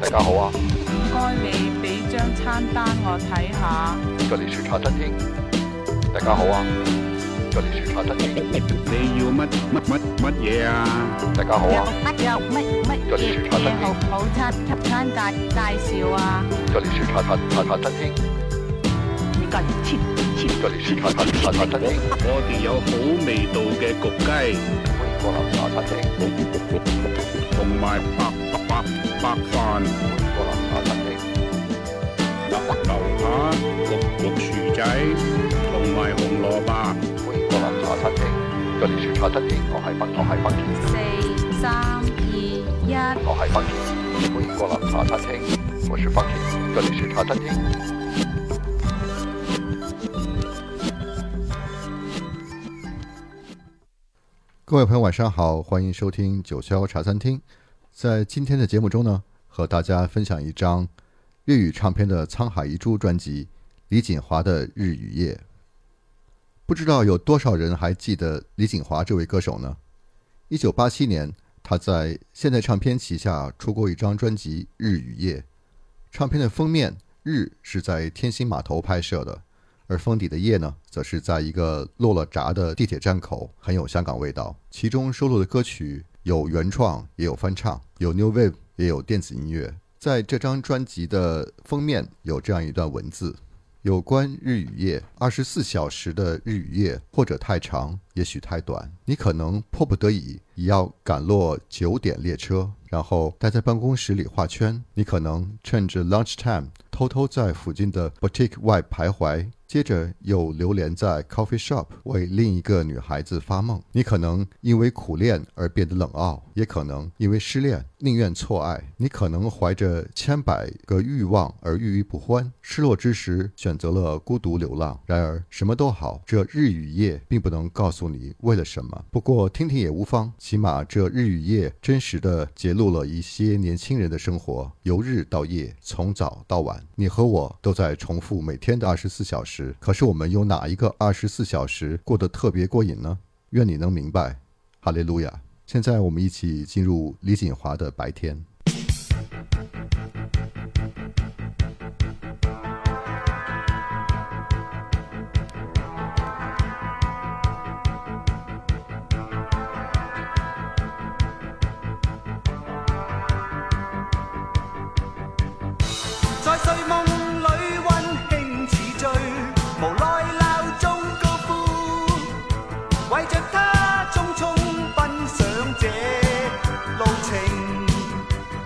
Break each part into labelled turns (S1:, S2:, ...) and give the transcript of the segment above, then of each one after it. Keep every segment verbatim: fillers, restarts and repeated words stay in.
S1: 大家好啊，
S2: 唔該你俾張餐單我睇下。
S1: 這裡是茶餐廳。大家好啊，這裡是茶餐廳。
S3: 你要乜乜乜乜嘢啊？
S1: 大家好啊，
S2: 乜有乜乜
S1: 這裡是茶餐廳。
S2: 好好餐餐介介紹啊？
S1: 這裡是茶餐茶茶餐廳。
S2: 你個切切
S1: 這裡是茶餐茶茶餐廳。
S3: 我哋有好味道嘅焗雞，
S1: 歡迎光臨茶餐廳。
S3: 同埋白白白白飯，
S1: 歡迎光臨茶餐廳。
S3: 牛扒、焗焗薯仔，同埋紅蘿蔔。
S1: 歡迎光臨茶餐廳。這裡是茶餐廳，我係分我係分田。
S2: 四三二一。
S1: 我係分田。歡迎光臨茶餐廳，我是分田。這裡是茶餐廳。各位朋友晚上好，欢迎收听九霄茶餐厅。在今天的节目中呢，和大家分享一张粤语唱片的沧海遗珠专辑李锦华的《日与夜》。不知道有多少人还记得李锦华这位歌手呢？一九八七年，他在现代唱片旗下出过一张专辑《日与夜》，唱片的封面日是在天星码头拍摄的，而封底的夜呢，则是在一个落了闸的地铁站口，很有香港味道。其中收录的歌曲有原创，也有翻唱，有 New Wave， 也有电子音乐。在这张专辑的封面有这样一段文字：有关日与夜，二十四小时的日与夜，或者太长，也许太短。你可能迫不得已也要赶落九点列车，然后待在办公室里画圈。你可能趁着 lunch time 偷偷在附近的 boutique 外徘徊，接着又流连在 coffee shop 为另一个女孩子发梦。你可能因为苦恋而变得冷傲，也可能因为失恋宁愿错爱。你可能怀着千百个欲望而郁郁不欢，失落之时选择了孤独流浪。然而什么都好，这日与夜并不能告诉你为了什么。不过听听也无妨，起码这日与夜真实地揭露了一些年轻人的生活，由日到夜，从早到晚。你和我都在重复每天的二十四小时，可是我们有哪一个二十四小时过得特别过瘾呢？愿你能明白。哈利路亚。现在我们一起进入李锦华的白天。
S4: 在睡夢裏溫馨似醉，無奈鬧鐘高呼，為着他匆匆奔上這路程。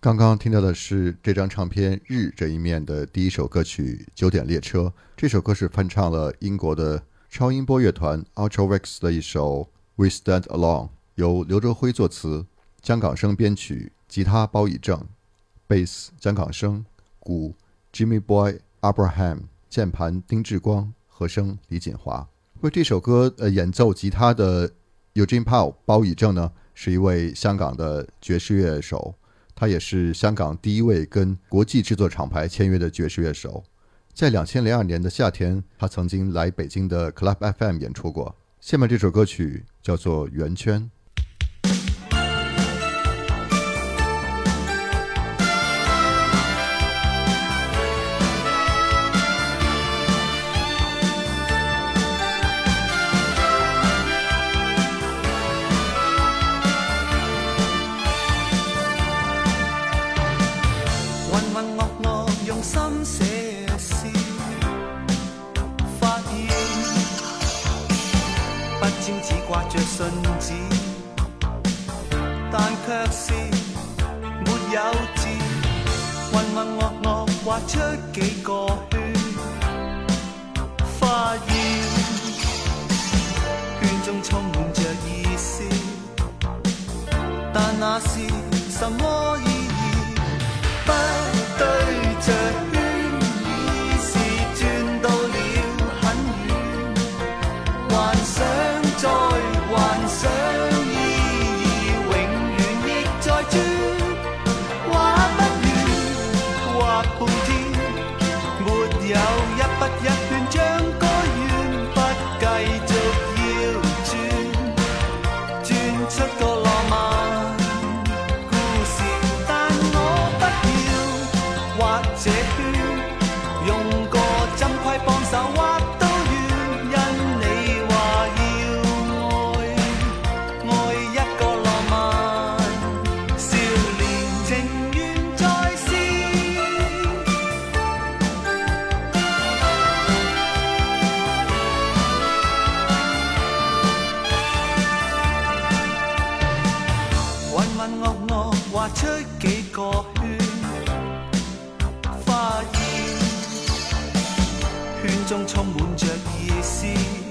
S1: 刚刚听到的是这张唱片日这一面的第一首歌曲《九点列车》，这首歌是翻唱了英国的超音波乐团 Ultravex 的一首 We Stand Alone， 由刘哲辉作词，姜港生编曲，吉他包以正，贝斯姜港生，鼓 Jimmy Boy Abraham， 键盘丁志光，和声李锦华。为这首歌、呃、演奏吉他的 Eugene Powell 包以正呢，是一位香港的爵士乐手，他也是香港第一位跟国际制作厂牌签约的爵士乐手。在两千零二年的夏天，他曾经来北京的 Club F M 演出过。下面这首歌曲叫做《圆圈》。
S4: 信紙，但卻是沒有字，渾渾噩噩畫出幾個圈，發現圈中充滿着意思，但那是什麼意義？不對着圈，已是轉到了很遠，幻想再幻想意義永遠亦在轉，畫不完畫半天，沒有一筆一圈將該遠，不繼續要轉，轉出個浪漫故事，但我不要畫這圈，用個針規幫手畫到遠，因你話畫出幾個圈，發現圈中充滿着意思，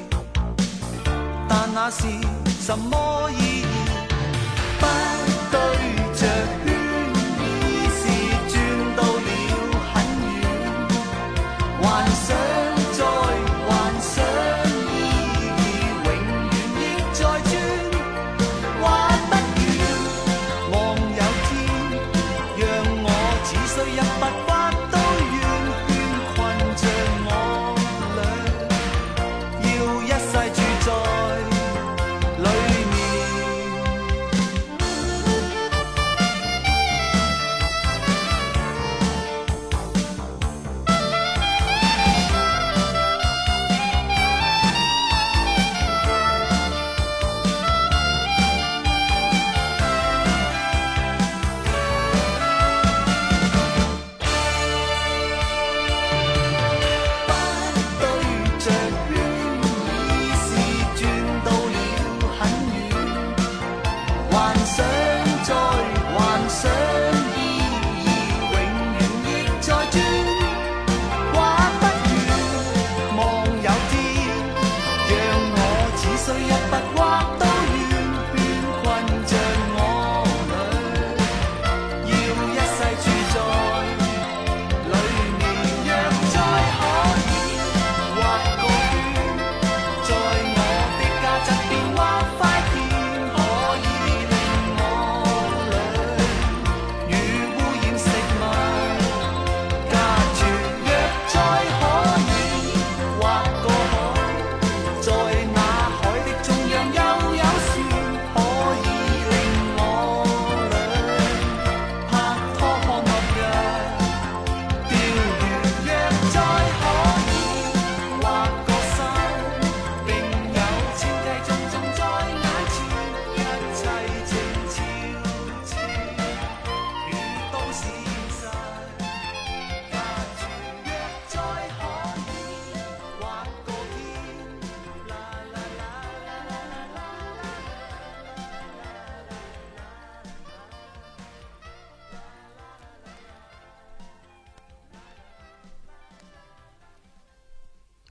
S4: 但那是什麼意義？不對着圈，已是轉到了很遠，幻想再幻想意義永遠亦在轉，畫不完望有天，讓我只需一筆畫到遠，圈困着我倆，要一世住在裡面。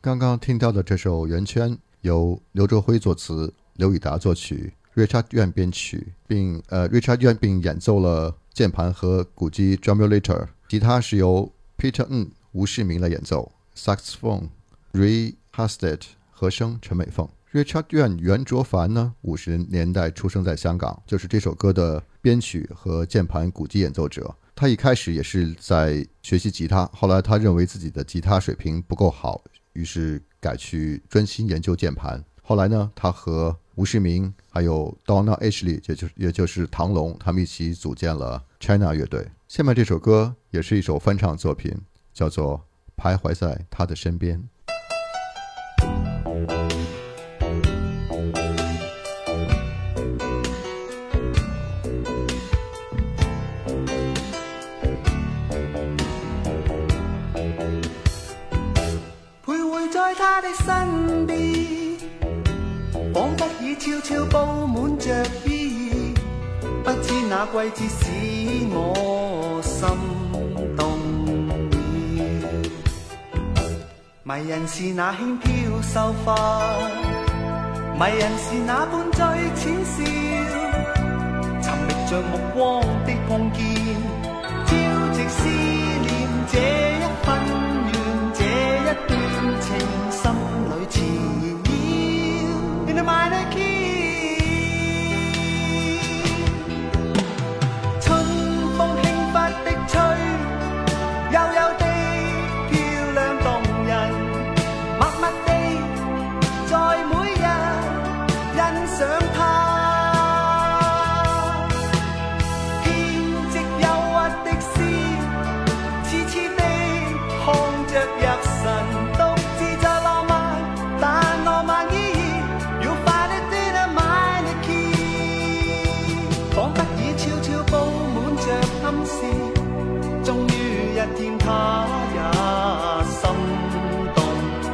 S1: 刚刚听到的这首《圆圈》由刘卓辉作词，刘以达作曲，Richard Yuan 编曲，并呃 Richard Yuan 并演奏了键盘和鼓机 Drumulator， 吉他是由 Peter Ng 吴世明来演奏， Saxophone Ray Hastert， 和声陈美凤。Richard Yuan 袁卓凡呢，五十年代出生在香港，就是这首歌的编曲和键盘鼓机演奏者。他一开始也是在学习吉他，后来他认为自己的吉他水平不够好，于是改去专心研究键盘。后来呢，他和吴世明还有 Donna Ashley， 也就是也就是唐龙，他们一起组建了 China 乐队。下面这首歌也是一首翻唱作品，叫做《徘徊在他的身边》。
S4: 他的身邊，彷彿已悄悄布滿着意義，不知那季節使我心動了。迷人是那輕飄秀髮，迷人是那半醉淺笑，尋覓着目光的碰見，朝夕思念這一分緣，這一段情。心裏纏繞 In the minor key， 春風輕忽的吹，悠悠的漂亮動人，默默地在每日欣賞它，編織憂鬱的詩，痴痴地看着入神。終於一天他也心動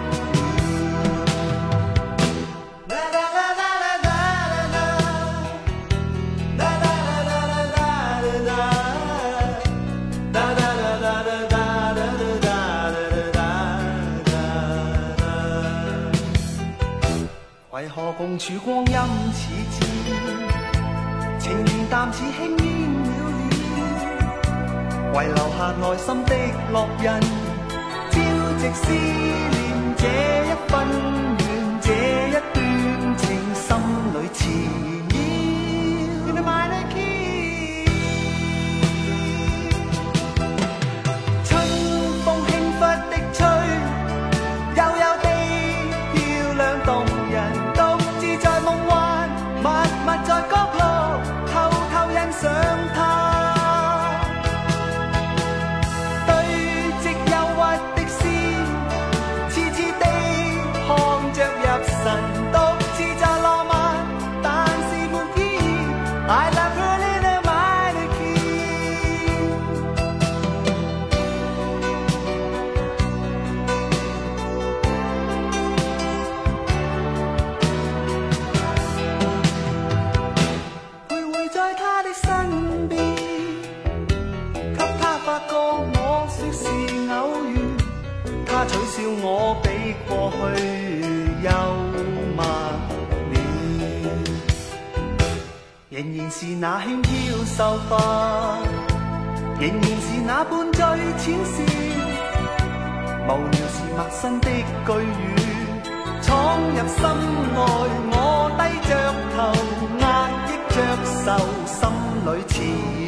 S4: 為何共處光陰似箭，情緣淡似輕煙了了，遺留下內心的烙印，朝夕思念這一分緣，這一段情心裏纏繞。In the minor key， 春風輕忽的吹，悠悠地漂亮動人，獨自在夢幻，默默在角落偷偷欣賞它。他取笑我比過去幽默了，仍然是那輕飄秀髮，仍然是那半醉淺笑，無聊是陌生的句語，闖入心內我低着頭，壓抑着愁，心裏纏。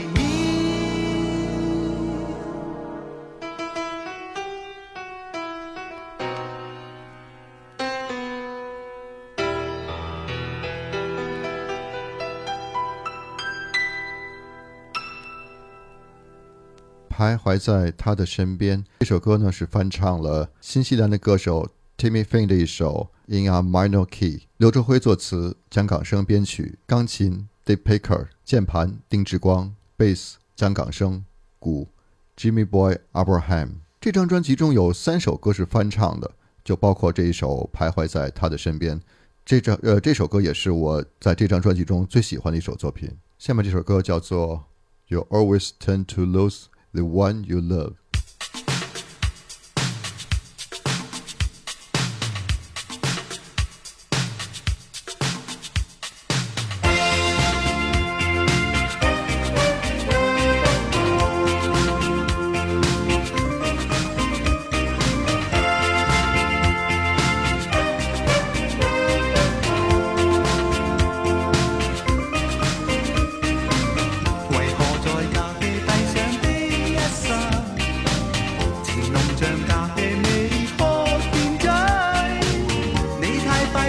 S1: 徘徊在他的身边，这首歌呢是翻唱了新西兰的歌手 Timmy Fain 的一首 In a Minor Key， 刘卓辉作词，姜港生编曲，钢琴 Dave Packer， 键盘丁志光，贝斯姜港生，鼓 Jimmy Boy Abraham。 这张专辑中有三首歌是翻唱的，就包括这一首徘徊在他的身边。这张呃这首歌也是我在这张专辑中最喜欢的一首作品。下面这首歌叫做 You Always Tend to Lose the One You Love。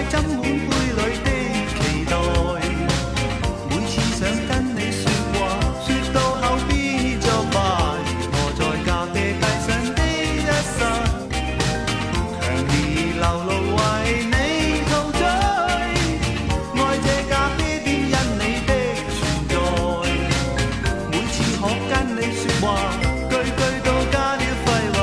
S4: 斟滿杯裏的期待，每次想跟你說話，說到口邊作罷，我在咖啡街上的一剎，強烈流露為你陶醉，愛這咖啡店因你的存在，每次可跟你說話，句句都加了廢話。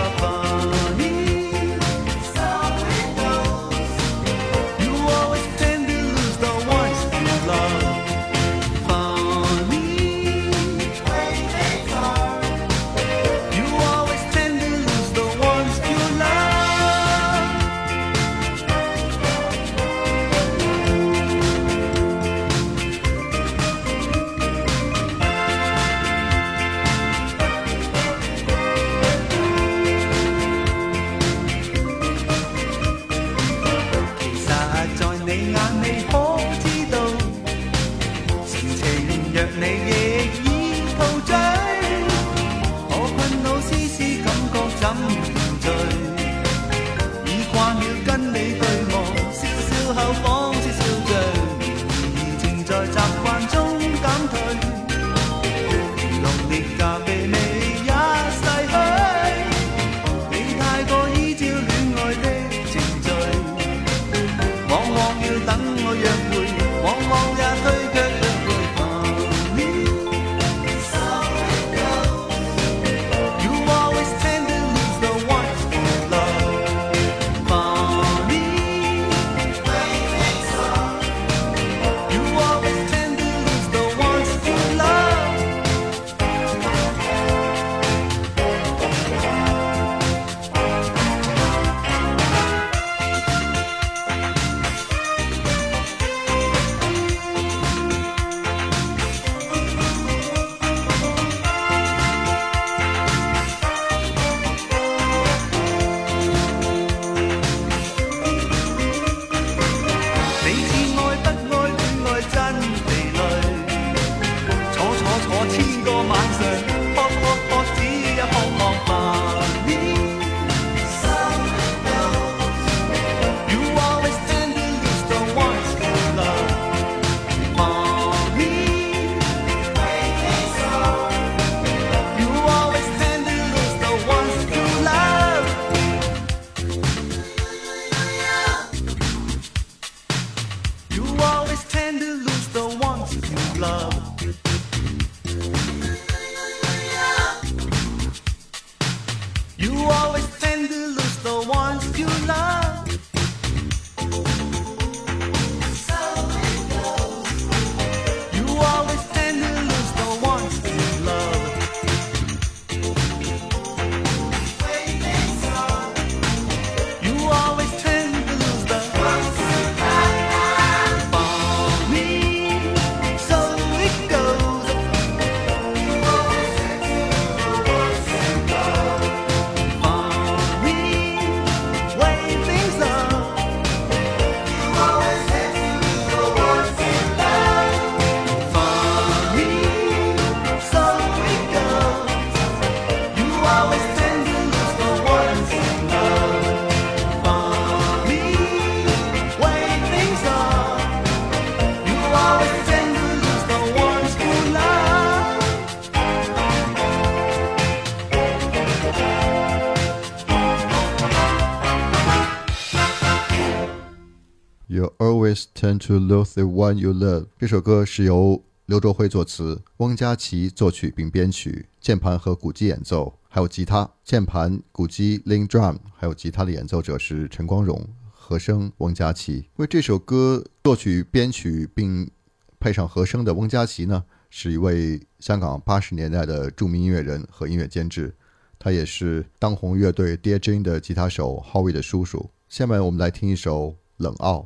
S1: You always tend to lose the one you love。 这首歌是由刘卓辉作词，翁佳琪作曲并编曲，键盘和鼓机演奏，还有吉他，键盘、鼓机 Link Drum， 还有吉他的演奏者是陈光荣，和声翁佳琪。为这首歌作曲编曲并配上和声的翁佳琪呢，是一位香港八十年代的著名音乐人和音乐监制，他也是当红乐队 Dear Jane 的吉他手 Howie 的叔叔。下面我们来听一首冷傲。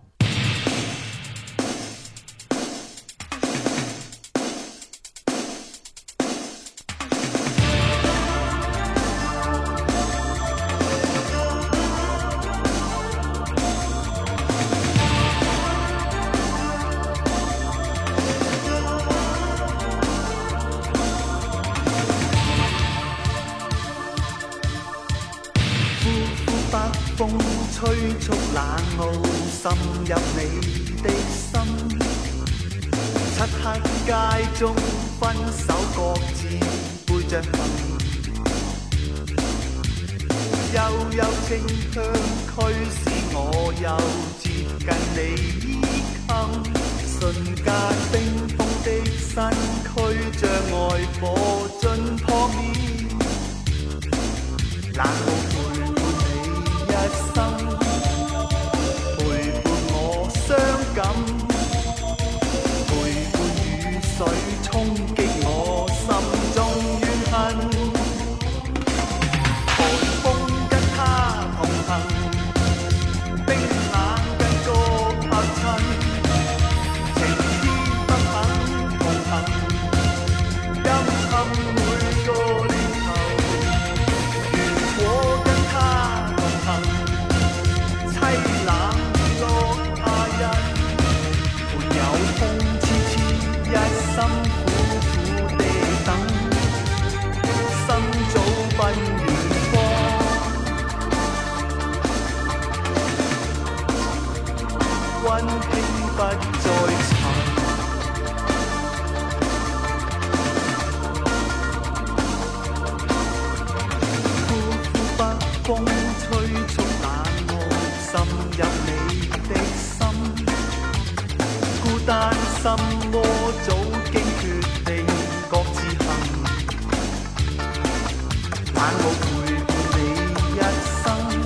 S4: 風吹速冷傲滲入你你的心。漆黑街中分手，各自背着行。悠悠清香驅使我又接近你襟，瞬間冰封的身軀像愛火盡撲面，冷酷陪伴你一生，陪伴我傷感，陪伴雨水衝擊我心中怨恨。溫馨不再尋，呼呼北風吹出冷霧，滲入你的心。孤單心窩早經決定各自行，冷霧陪伴你一生。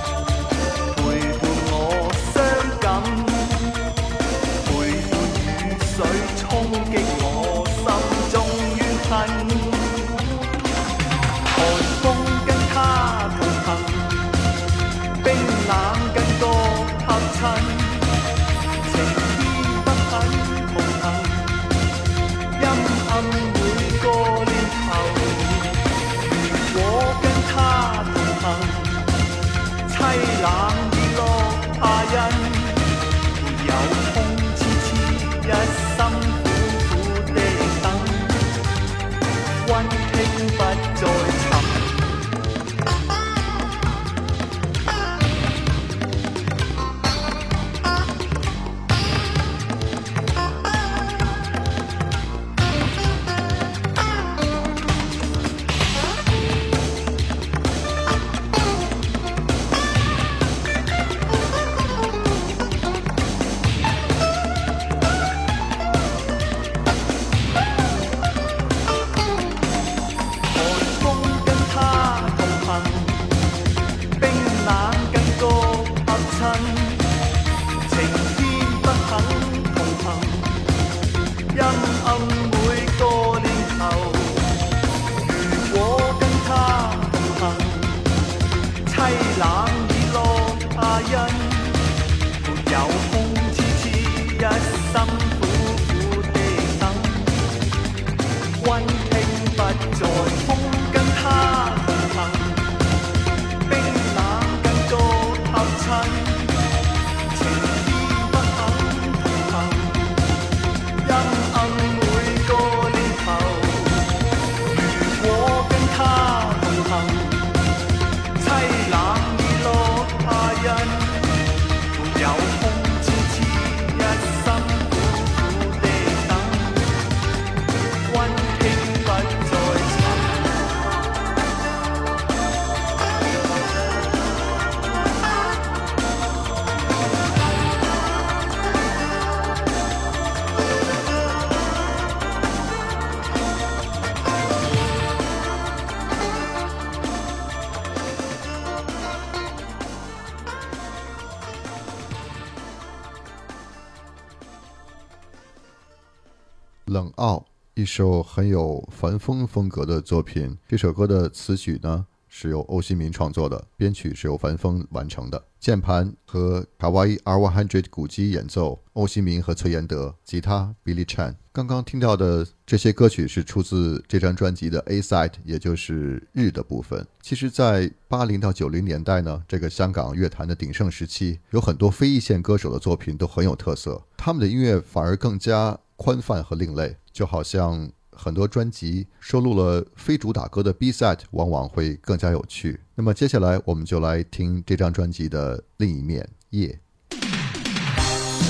S1: 冷傲，一首很有凡风风格的作品。这首歌的词曲呢是由欧新明创作的，编曲是由凡风完成的。键盘和卡哇伊 R 一百 鼓机演奏，欧新明和崔延德，吉他 Billy Chan。刚刚听到的这些歌曲是出自这张专辑的 A side， 也就是日的部分。其实在八零到九零年代呢，这个香港乐坛的鼎盛时期，有很多非一线歌手的作品都很有特色，他们的音乐反而更加宽泛和另类，就好像很多专辑收录了非主打歌的 B side 往往会更加有趣。那么接下来我们就来听这张专辑的另一面，夜。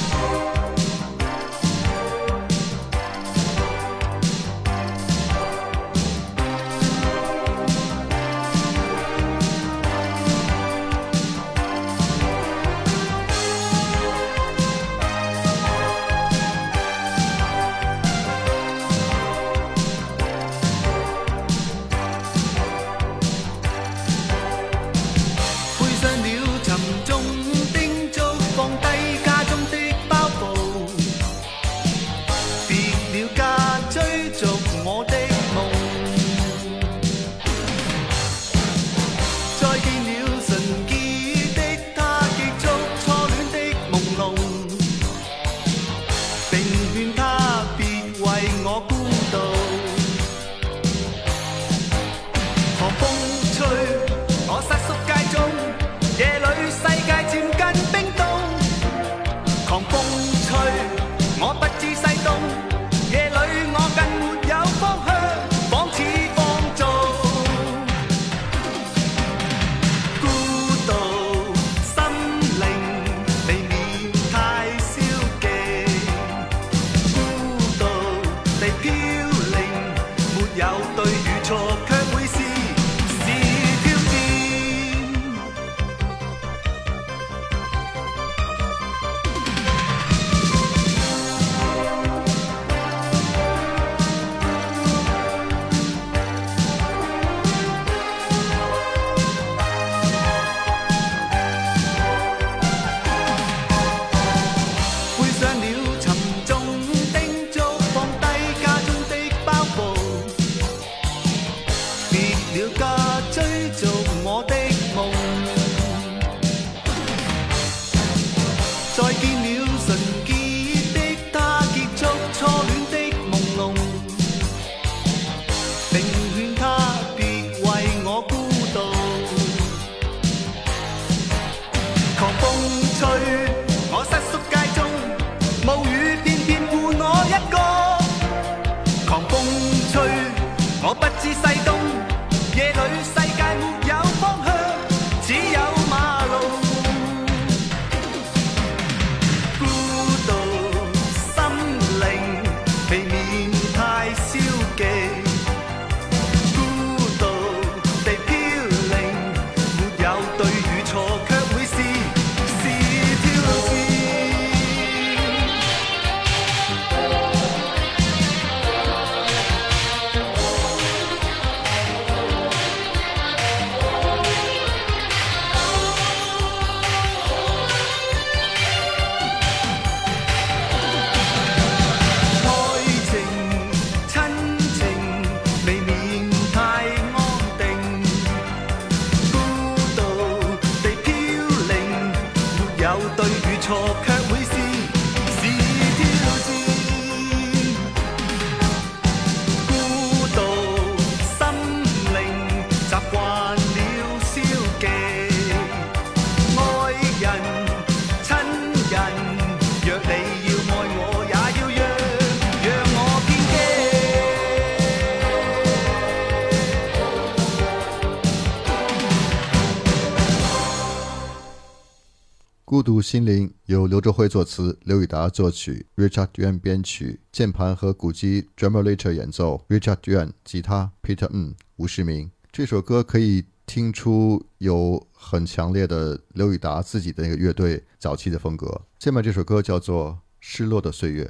S1: 孤独心灵由刘卓辉作词，刘以达作曲， Richard Yuan 编曲，键盘和鼓机 Drummerlator 演奏， Richard Yuan 吉他， Peter Ng 吴世明。这首歌可以听出有很强烈的刘以达自己的那个乐队早期的风格。下面这首歌叫做《失落的岁月》。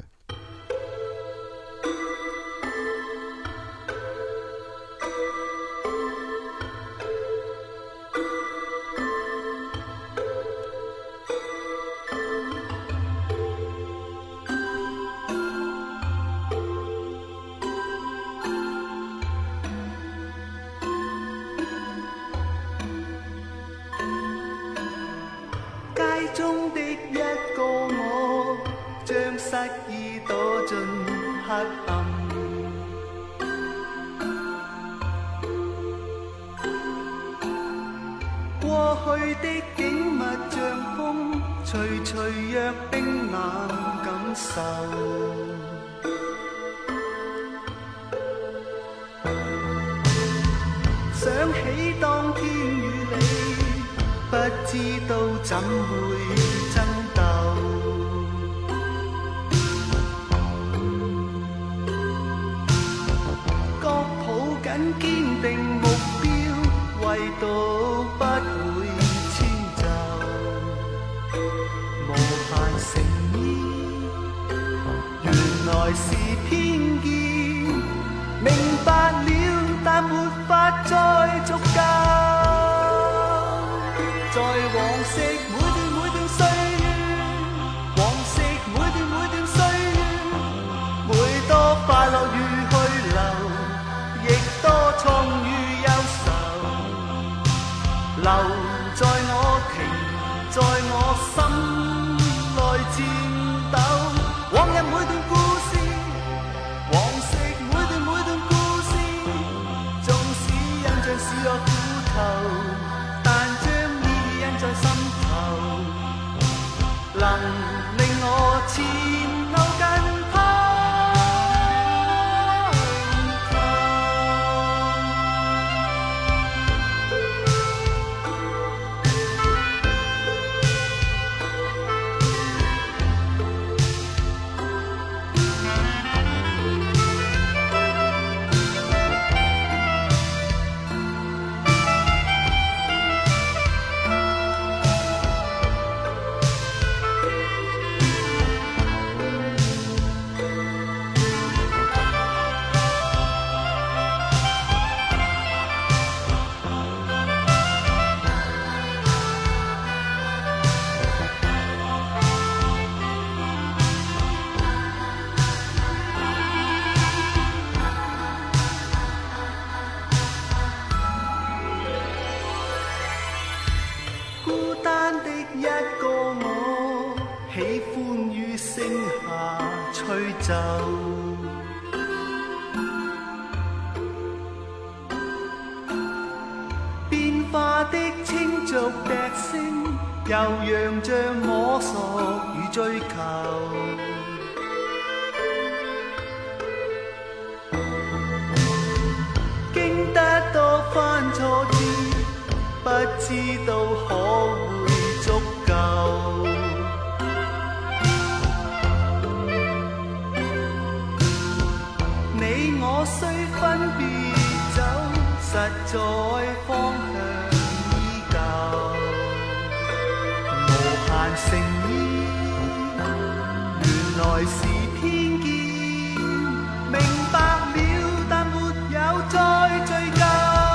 S4: 中的一個我，將失意躲進黑暗。過去的景物像風，徐徐若冰冷感受。想起當天與你，不知道怎會爭鬥，各抱緊堅定目標，唯獨不會遷就。無限誠意，原來是偏見，明白了，但沒法再足夠。在往昔每段每段歲月，往昔每段每段歲月，每多快樂與去留，亦多痛與憂愁，留在我停，在我心內顫抖。往日每段故事，往昔每段每段故事，縱使印象使我苦透，在心頭，能令我前路更攀變化的清濁笛聲，悠揚像摸索與追求。經得多番挫折，不知道可會足夠。你我雖分別走，實在方向依舊。無限誠意，原來是偏見，明白了，但沒有再追究。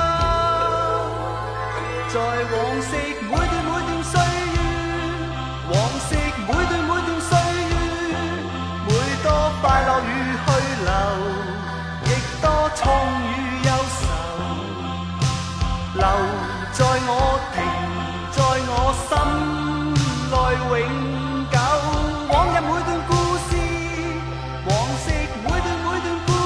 S4: 在往昔每段每段歲月，往昔每段每段歲月，每多快樂與去留，多痛與憂愁，留在我停，在我心內永久。往日每段故事，往昔每段每段故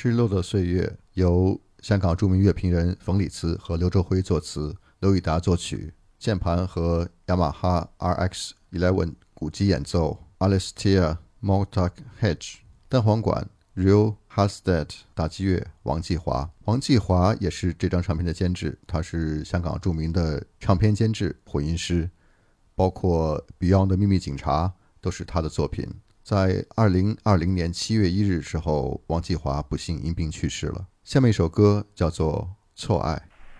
S1: 失落的岁月由香港著名乐评人冯礼慈和刘卓辉作词，刘以达作曲，键盘和雅马哈 R X 十一 鼓机演奏 Alistair Montague， 单簧管 Real Halstead， 打击乐王继华。王继华也是这张唱片的监制，他是香港著名的唱片监制、混音师，包括 Beyond 的秘密警察都是他的作品。在二零二零年七月一日时候，王继华不幸因病去世了。下面一首歌叫做《错爱》。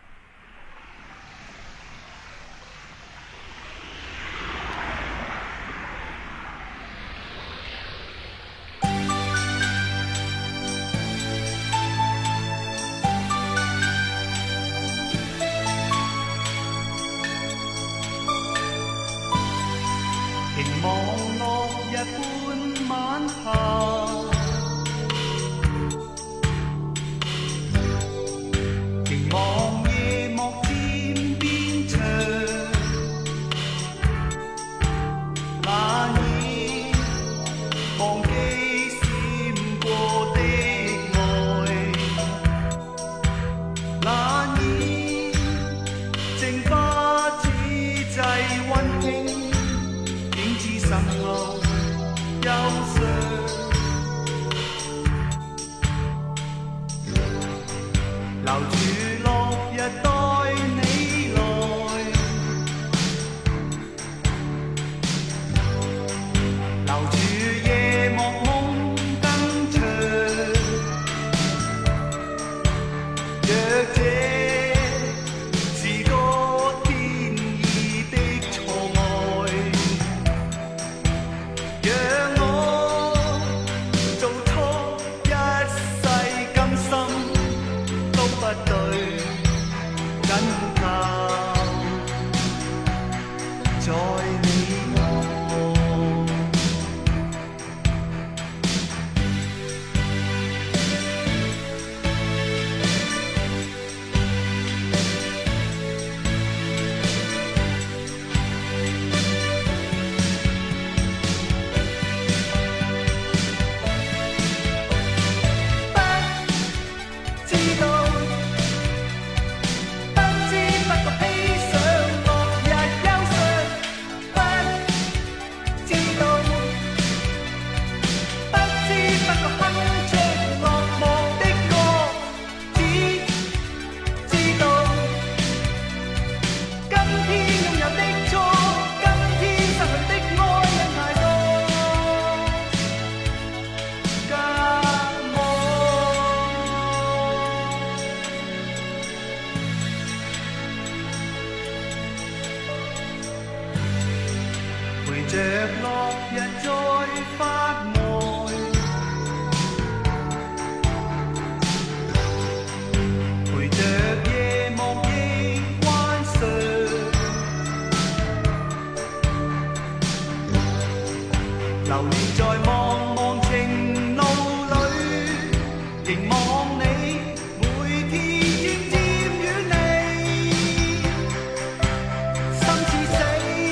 S4: 凝望落日般晚霞，凝望夜幕漸變長，難以忘記閃過的愛，難以淨化此際溫馨。神路憂傷，留住落日待你來，留住夜幕夢更長。若這是個天意的錯愛，讓我做錯一世，甘心都不對，緊靠在你我。陪着落日在發呆，陪着夜幕亦幻想，流連在茫茫情路裏，凝望你每天漸漸遠離，心似死。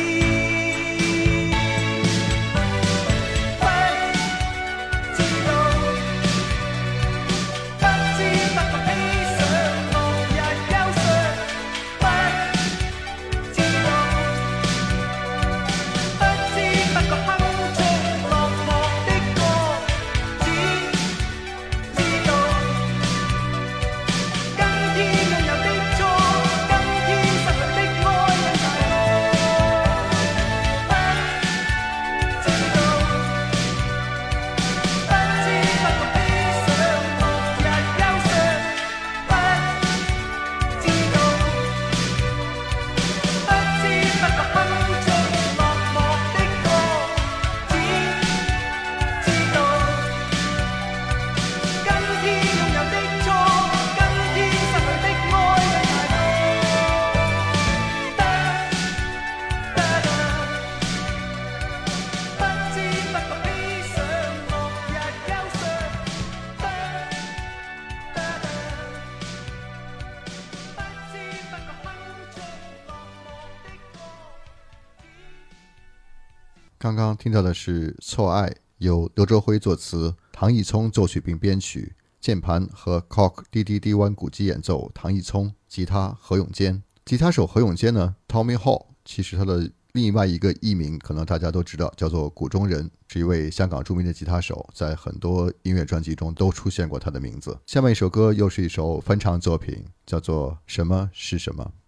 S1: 刚刚听到的是《错爱》，由刘卓辉作词，唐毅聪作曲并编曲， 键盘和 Korg D D D 一 鼓机演奏唐毅聪，吉他何永坚。吉他手何永坚呢 Tommy Hall， 其实他的另外一个艺名可能大家都知道，叫做谷中人，是一位香港著名的吉他手，在很多音乐专辑中都出现过他的名字。下面一首歌又是一首翻唱作品，叫做什么是什么。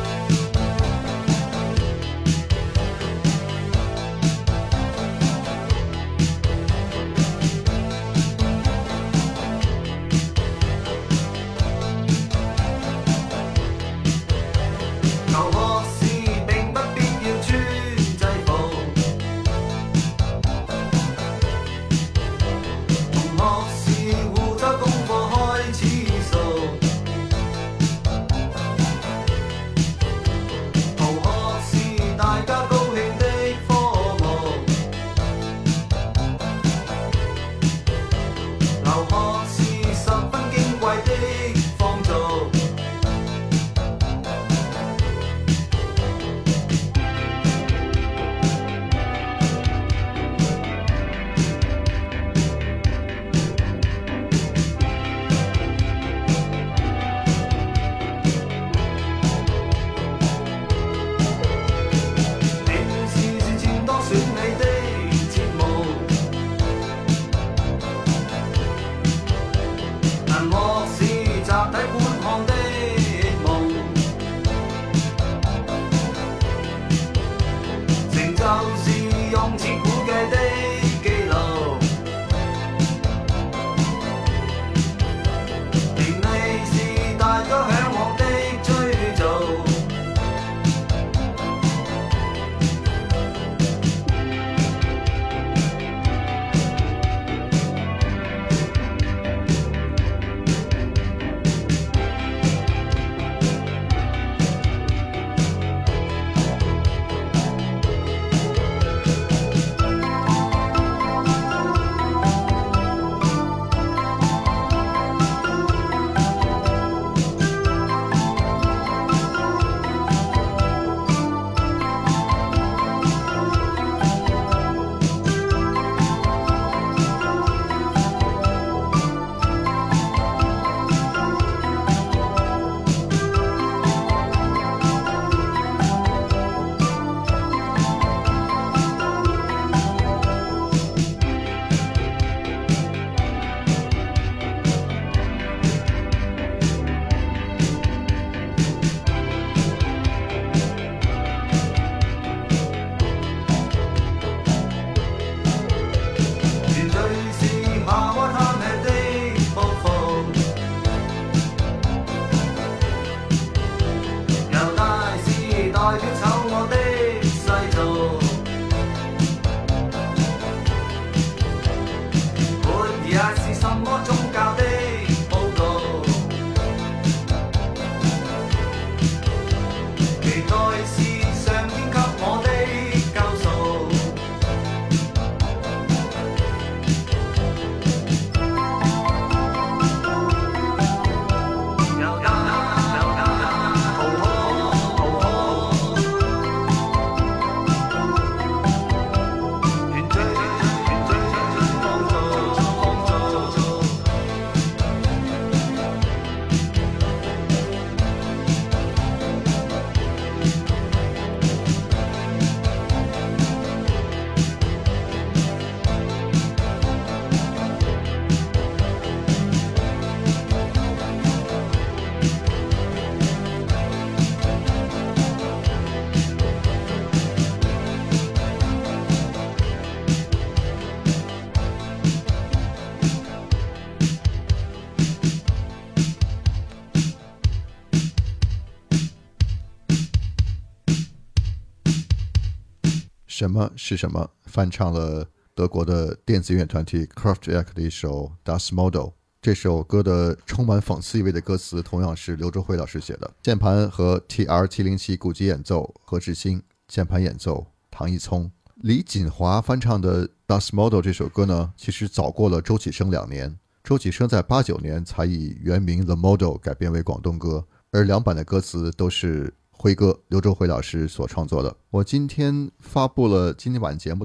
S1: 什么是什么翻唱了德国的电子乐团体 Kraftwerk 的一首 Das Model。 这首歌的充满讽刺意味的歌词同样是刘卓辉老师写的。键盘和 T R 七零七 鼓机演奏何志新，键盘演奏唐毅聪。李锦华翻唱的 Das Model 这首歌呢，其实早过了周启生两年。周启生在八九年才以原名 The Model 改编为广东歌，而两版的歌词都是辉哥刘卓辉老师所创作的。我今天发布了今天晚节目的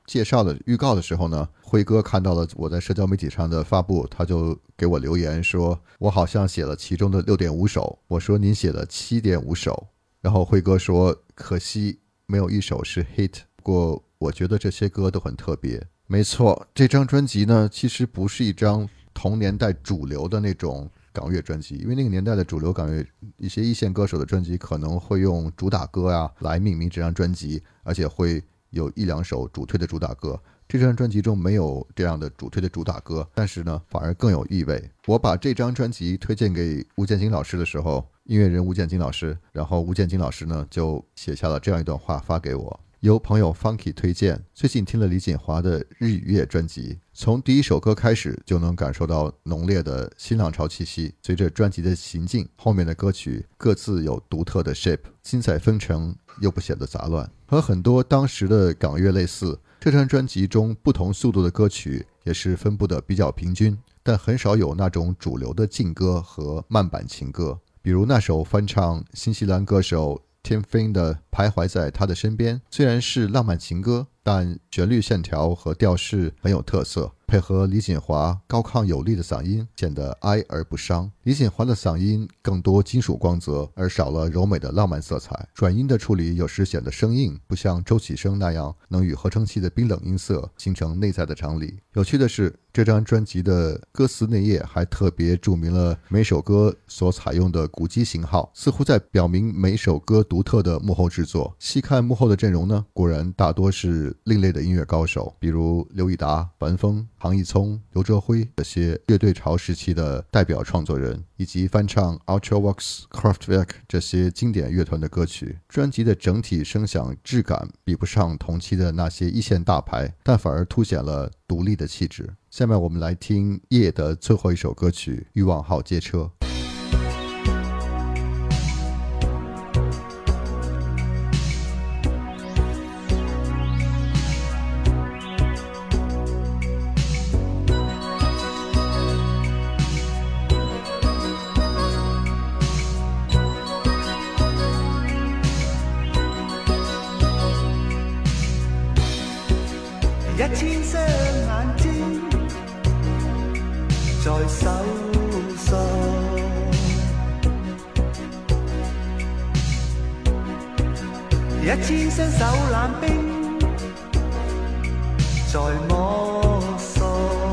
S1: 介绍的预告的时候呢，辉哥看到了我在社交媒体上的发布，他就给我留言说我好像写了其中的 六点五 首，我说您写了 七点五 首，然后辉哥说可惜没有一首是 hit， 不过我觉得这些歌都很特别。没错，这张专辑呢其实不是一张同年代主流的那种港乐专辑，因为那个年代的主流港乐一些一线歌手的专辑可能会用主打歌啊来命名这张专辑，而且会有一两首主推的主打歌。这张专辑中没有这样的主推的主打歌，但是呢反而更有意味。我把这张专辑推荐给吴建金老师的时候，音乐人吴建金老师，然后吴建金老师呢就写下了这样一段话发给我。由朋友 Funky 推荐，最近听了李锦华的日语乐专辑，从第一首歌开始就能感受到浓烈的新浪潮气息。随着专辑的行进，后面的歌曲各自有独特的 shape， 精彩纷呈又不显得杂乱。和很多当时的港乐类似，这张专辑中不同速度的歌曲也是分布的比较平均，但很少有那种主流的劲歌和慢板情歌，比如那首翻唱新西兰歌手Tim Finn 的徘徊在他的身边，虽然是浪漫情歌，但旋律线条和调式很有特色，配合李锦华高亢有力的嗓音，显得哀而不伤。李锦华的嗓音更多金属光泽，而少了柔美的浪漫色彩，转音的处理有时显得生硬，不像周启生那样能与合成器的冰冷音色形成内在的张力。有趣的是，这张专辑的歌词内页还特别注明了每首歌所采用的鼓机型号，似乎在表明每首歌独特的幕后制作。细看幕后的阵容呢，果然大多是另类的音乐高手，比如刘以达、樊峰、杭一聪、刘哲辉这些乐队潮时期的代表创作人，以及翻唱 Ultravox、Kraftwerk 这些经典乐团的歌曲。专辑的整体声响质感比不上同期的那些一线大牌，但反而凸显了独立的气质。下面我们来听叶的最后一首歌曲《欲望号街车》。
S4: 一千雙眼睛在搜索，一千雙手冷冰在摸索，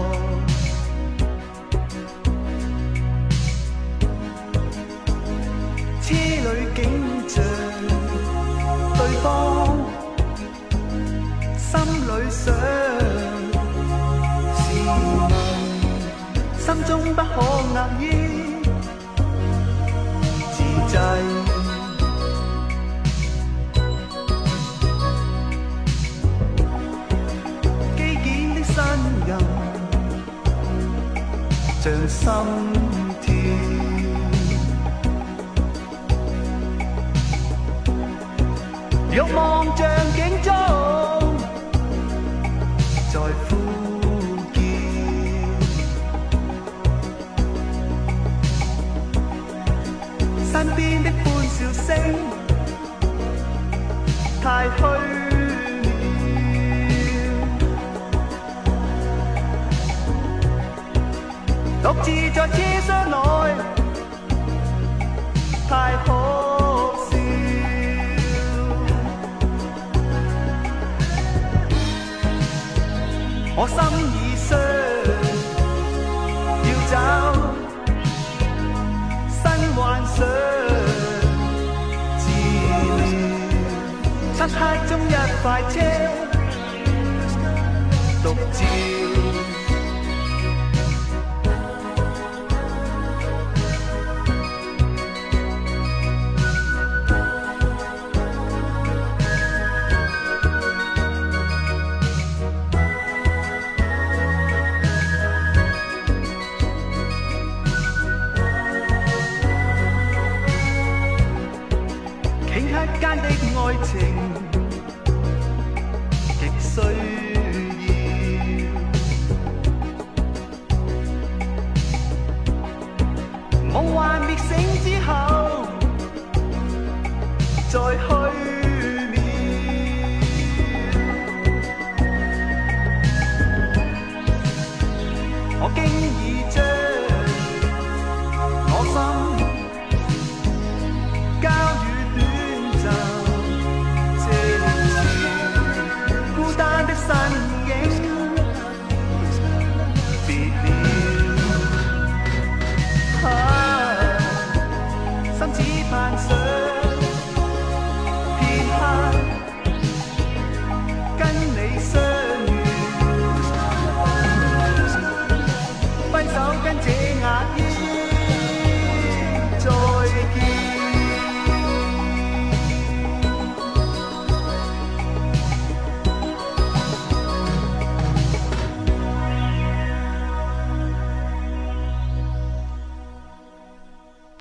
S4: 車裏景象對方心裏想是問，心中不可壓抑自制，機件的呻吟像心跳，欲望像警鐘在呼叫，身邊的歡笑聲太虛了，獨自在車廂內太可笑，我心已傷，要找新幻想治療，漆黑中一塊車獨照。間的愛情極需要，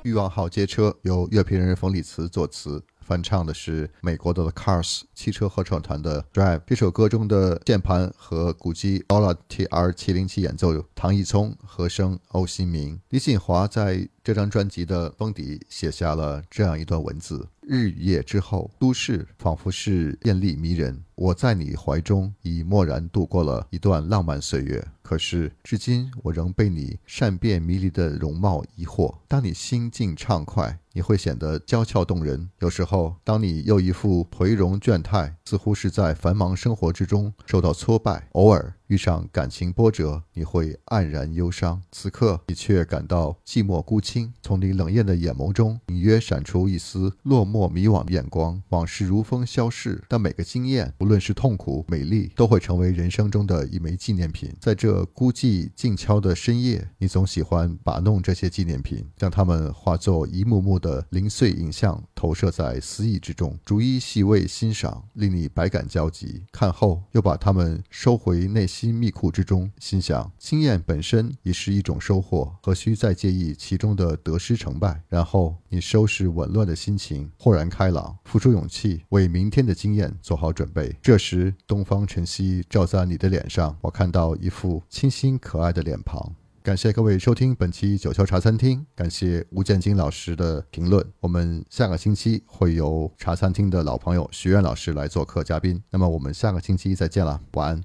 S1: 欲望号街车由乐评人冯里茨作词，翻唱的是美国的 Cars 汽车合唱团的 Drive。 这首歌中的键盘和鼓机 Ola T R 七零七 演奏唐毅聪，和声欧新明。李锦华在这张专辑的封底写下了这样一段文字：日与夜之后，都市仿佛是艳丽迷人，我在你怀中已默然度过了一段浪漫岁月，可是至今我仍被你善变迷离的容貌疑惑。当你心境畅快，你会显得娇俏动人，有时候当你又一副颓容倦态，似乎是在繁忙生活之中受到挫败，偶尔遇上感情波折，你会黯然忧伤，此刻你却感到寂寞孤清。从你冷艳的眼眸中隐约闪出一丝落寞迷惘的眼光，往事如风消逝，但每个经验无论是痛苦美丽，都会成为人生中的一枚纪念品。在这孤寂静悄的深夜，你总喜欢把弄这些纪念品，将它们化作一幕幕的零碎影像投射在思忆之中，逐一细味欣赏，令你百感交集。看后又把它们收回内心密库之中，心想经验本身已是一种收获，何须再介意其中的得失成败。然后你收拾紊乱的心情，豁然开朗，付出勇气，为明天的经验做好准备。这时东方晨曦照在你的脸上，我看到一副清新可爱的脸庞。感谢各位收听本期九霄茶餐厅，感谢吴建金老师的评论。我们下个星期会由茶餐厅的老朋友徐渊老师来做客嘉宾，那么我们下个星期再见了，晚安。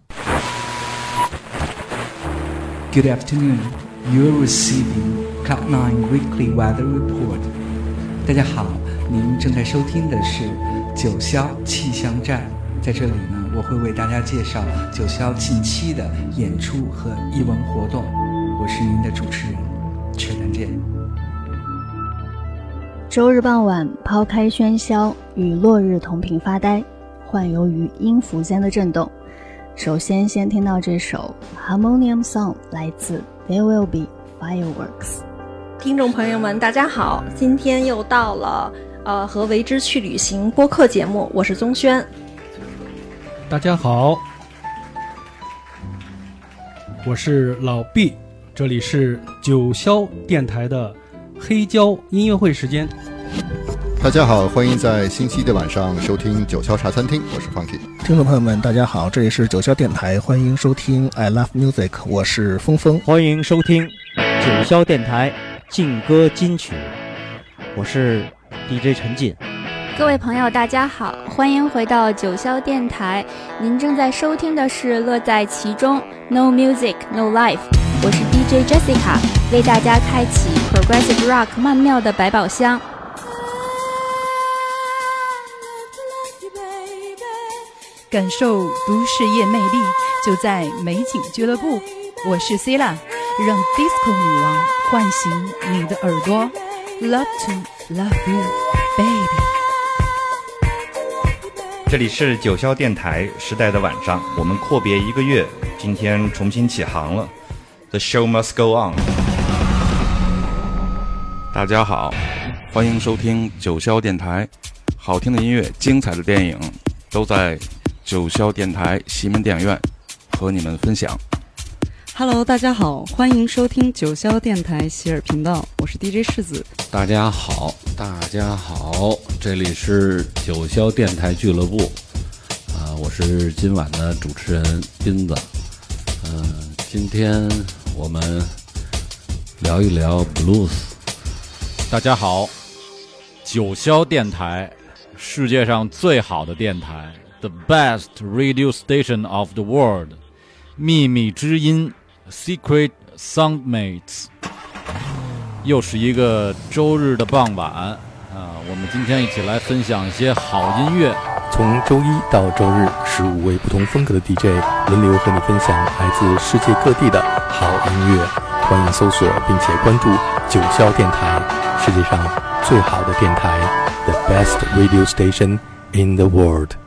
S5: Good afternoon, you're receiving Cloud nine Weekly Weather Report。 大家好，您正在收听的是九霄气象站，在这里呢，我会为大家介绍九霄近期的演出和艺文活动。我是您的主持人车南健。
S6: 周日傍晚，抛开喧嚣，与落日同频发呆，幻游于音符间的震动。首先先听到这首 Harmonium Song， 来自 There Will Be Fireworks。
S7: 听众朋友们大家好，今天又到了呃和为之去旅行播客节目，我是宗轩。
S8: 大家好，我是老毕，这里是九霄电台的黑胶音乐会时间。
S1: 大家好，欢迎在星期一的晚上收听九霄茶餐厅，我是 Funky。
S9: 听众朋友们大家好，这里是九霄电台，欢迎收听 I Love Music， 我是峰峰。
S10: 欢迎收听九霄电台劲歌金曲，我是 D J 陈进。
S11: 各位朋友大家好，欢迎回到九霄电台，您正在收听的是乐在其中 No Music No Life， 我是 D J Jessica， 为大家开启 Progressive Rock 曼妙的百宝箱。
S12: 感受都市夜魅力，就在美景俱乐部。我是 Cilla， 让 Disco 女王唤醒你的耳朵。Love to love you, baby。
S13: 这里是九霄电台时代的晚上，我们阔别一个月，今天重新起航了。The show must go on。
S14: 大家好，欢迎收听九霄电台，好听的音乐、精彩的电影都在九霄电台西门电影院和你们分享。
S15: Hello， 大家好，欢迎收听九霄电台喜尔频道，我是 D J 世子。
S16: 大家好，大家好，这里是九霄电台俱乐部，啊、呃，我是今晚的主持人斌子。嗯、呃，今天我们聊一聊 blues。
S17: 大家好，九霄电台，世界上最好的电台 ，the best radio station of the world， 秘密之音 ，secret soundmates。又是一个周日的傍晚啊，我们今天一起来分享一些好音乐。
S18: 从周一到周日，十五位不同风格的 D J 轮流和你分享来自世界各地的好音乐。欢迎搜索并且关注九霄电台，世界上最好的电台 ，the best radio station in the world。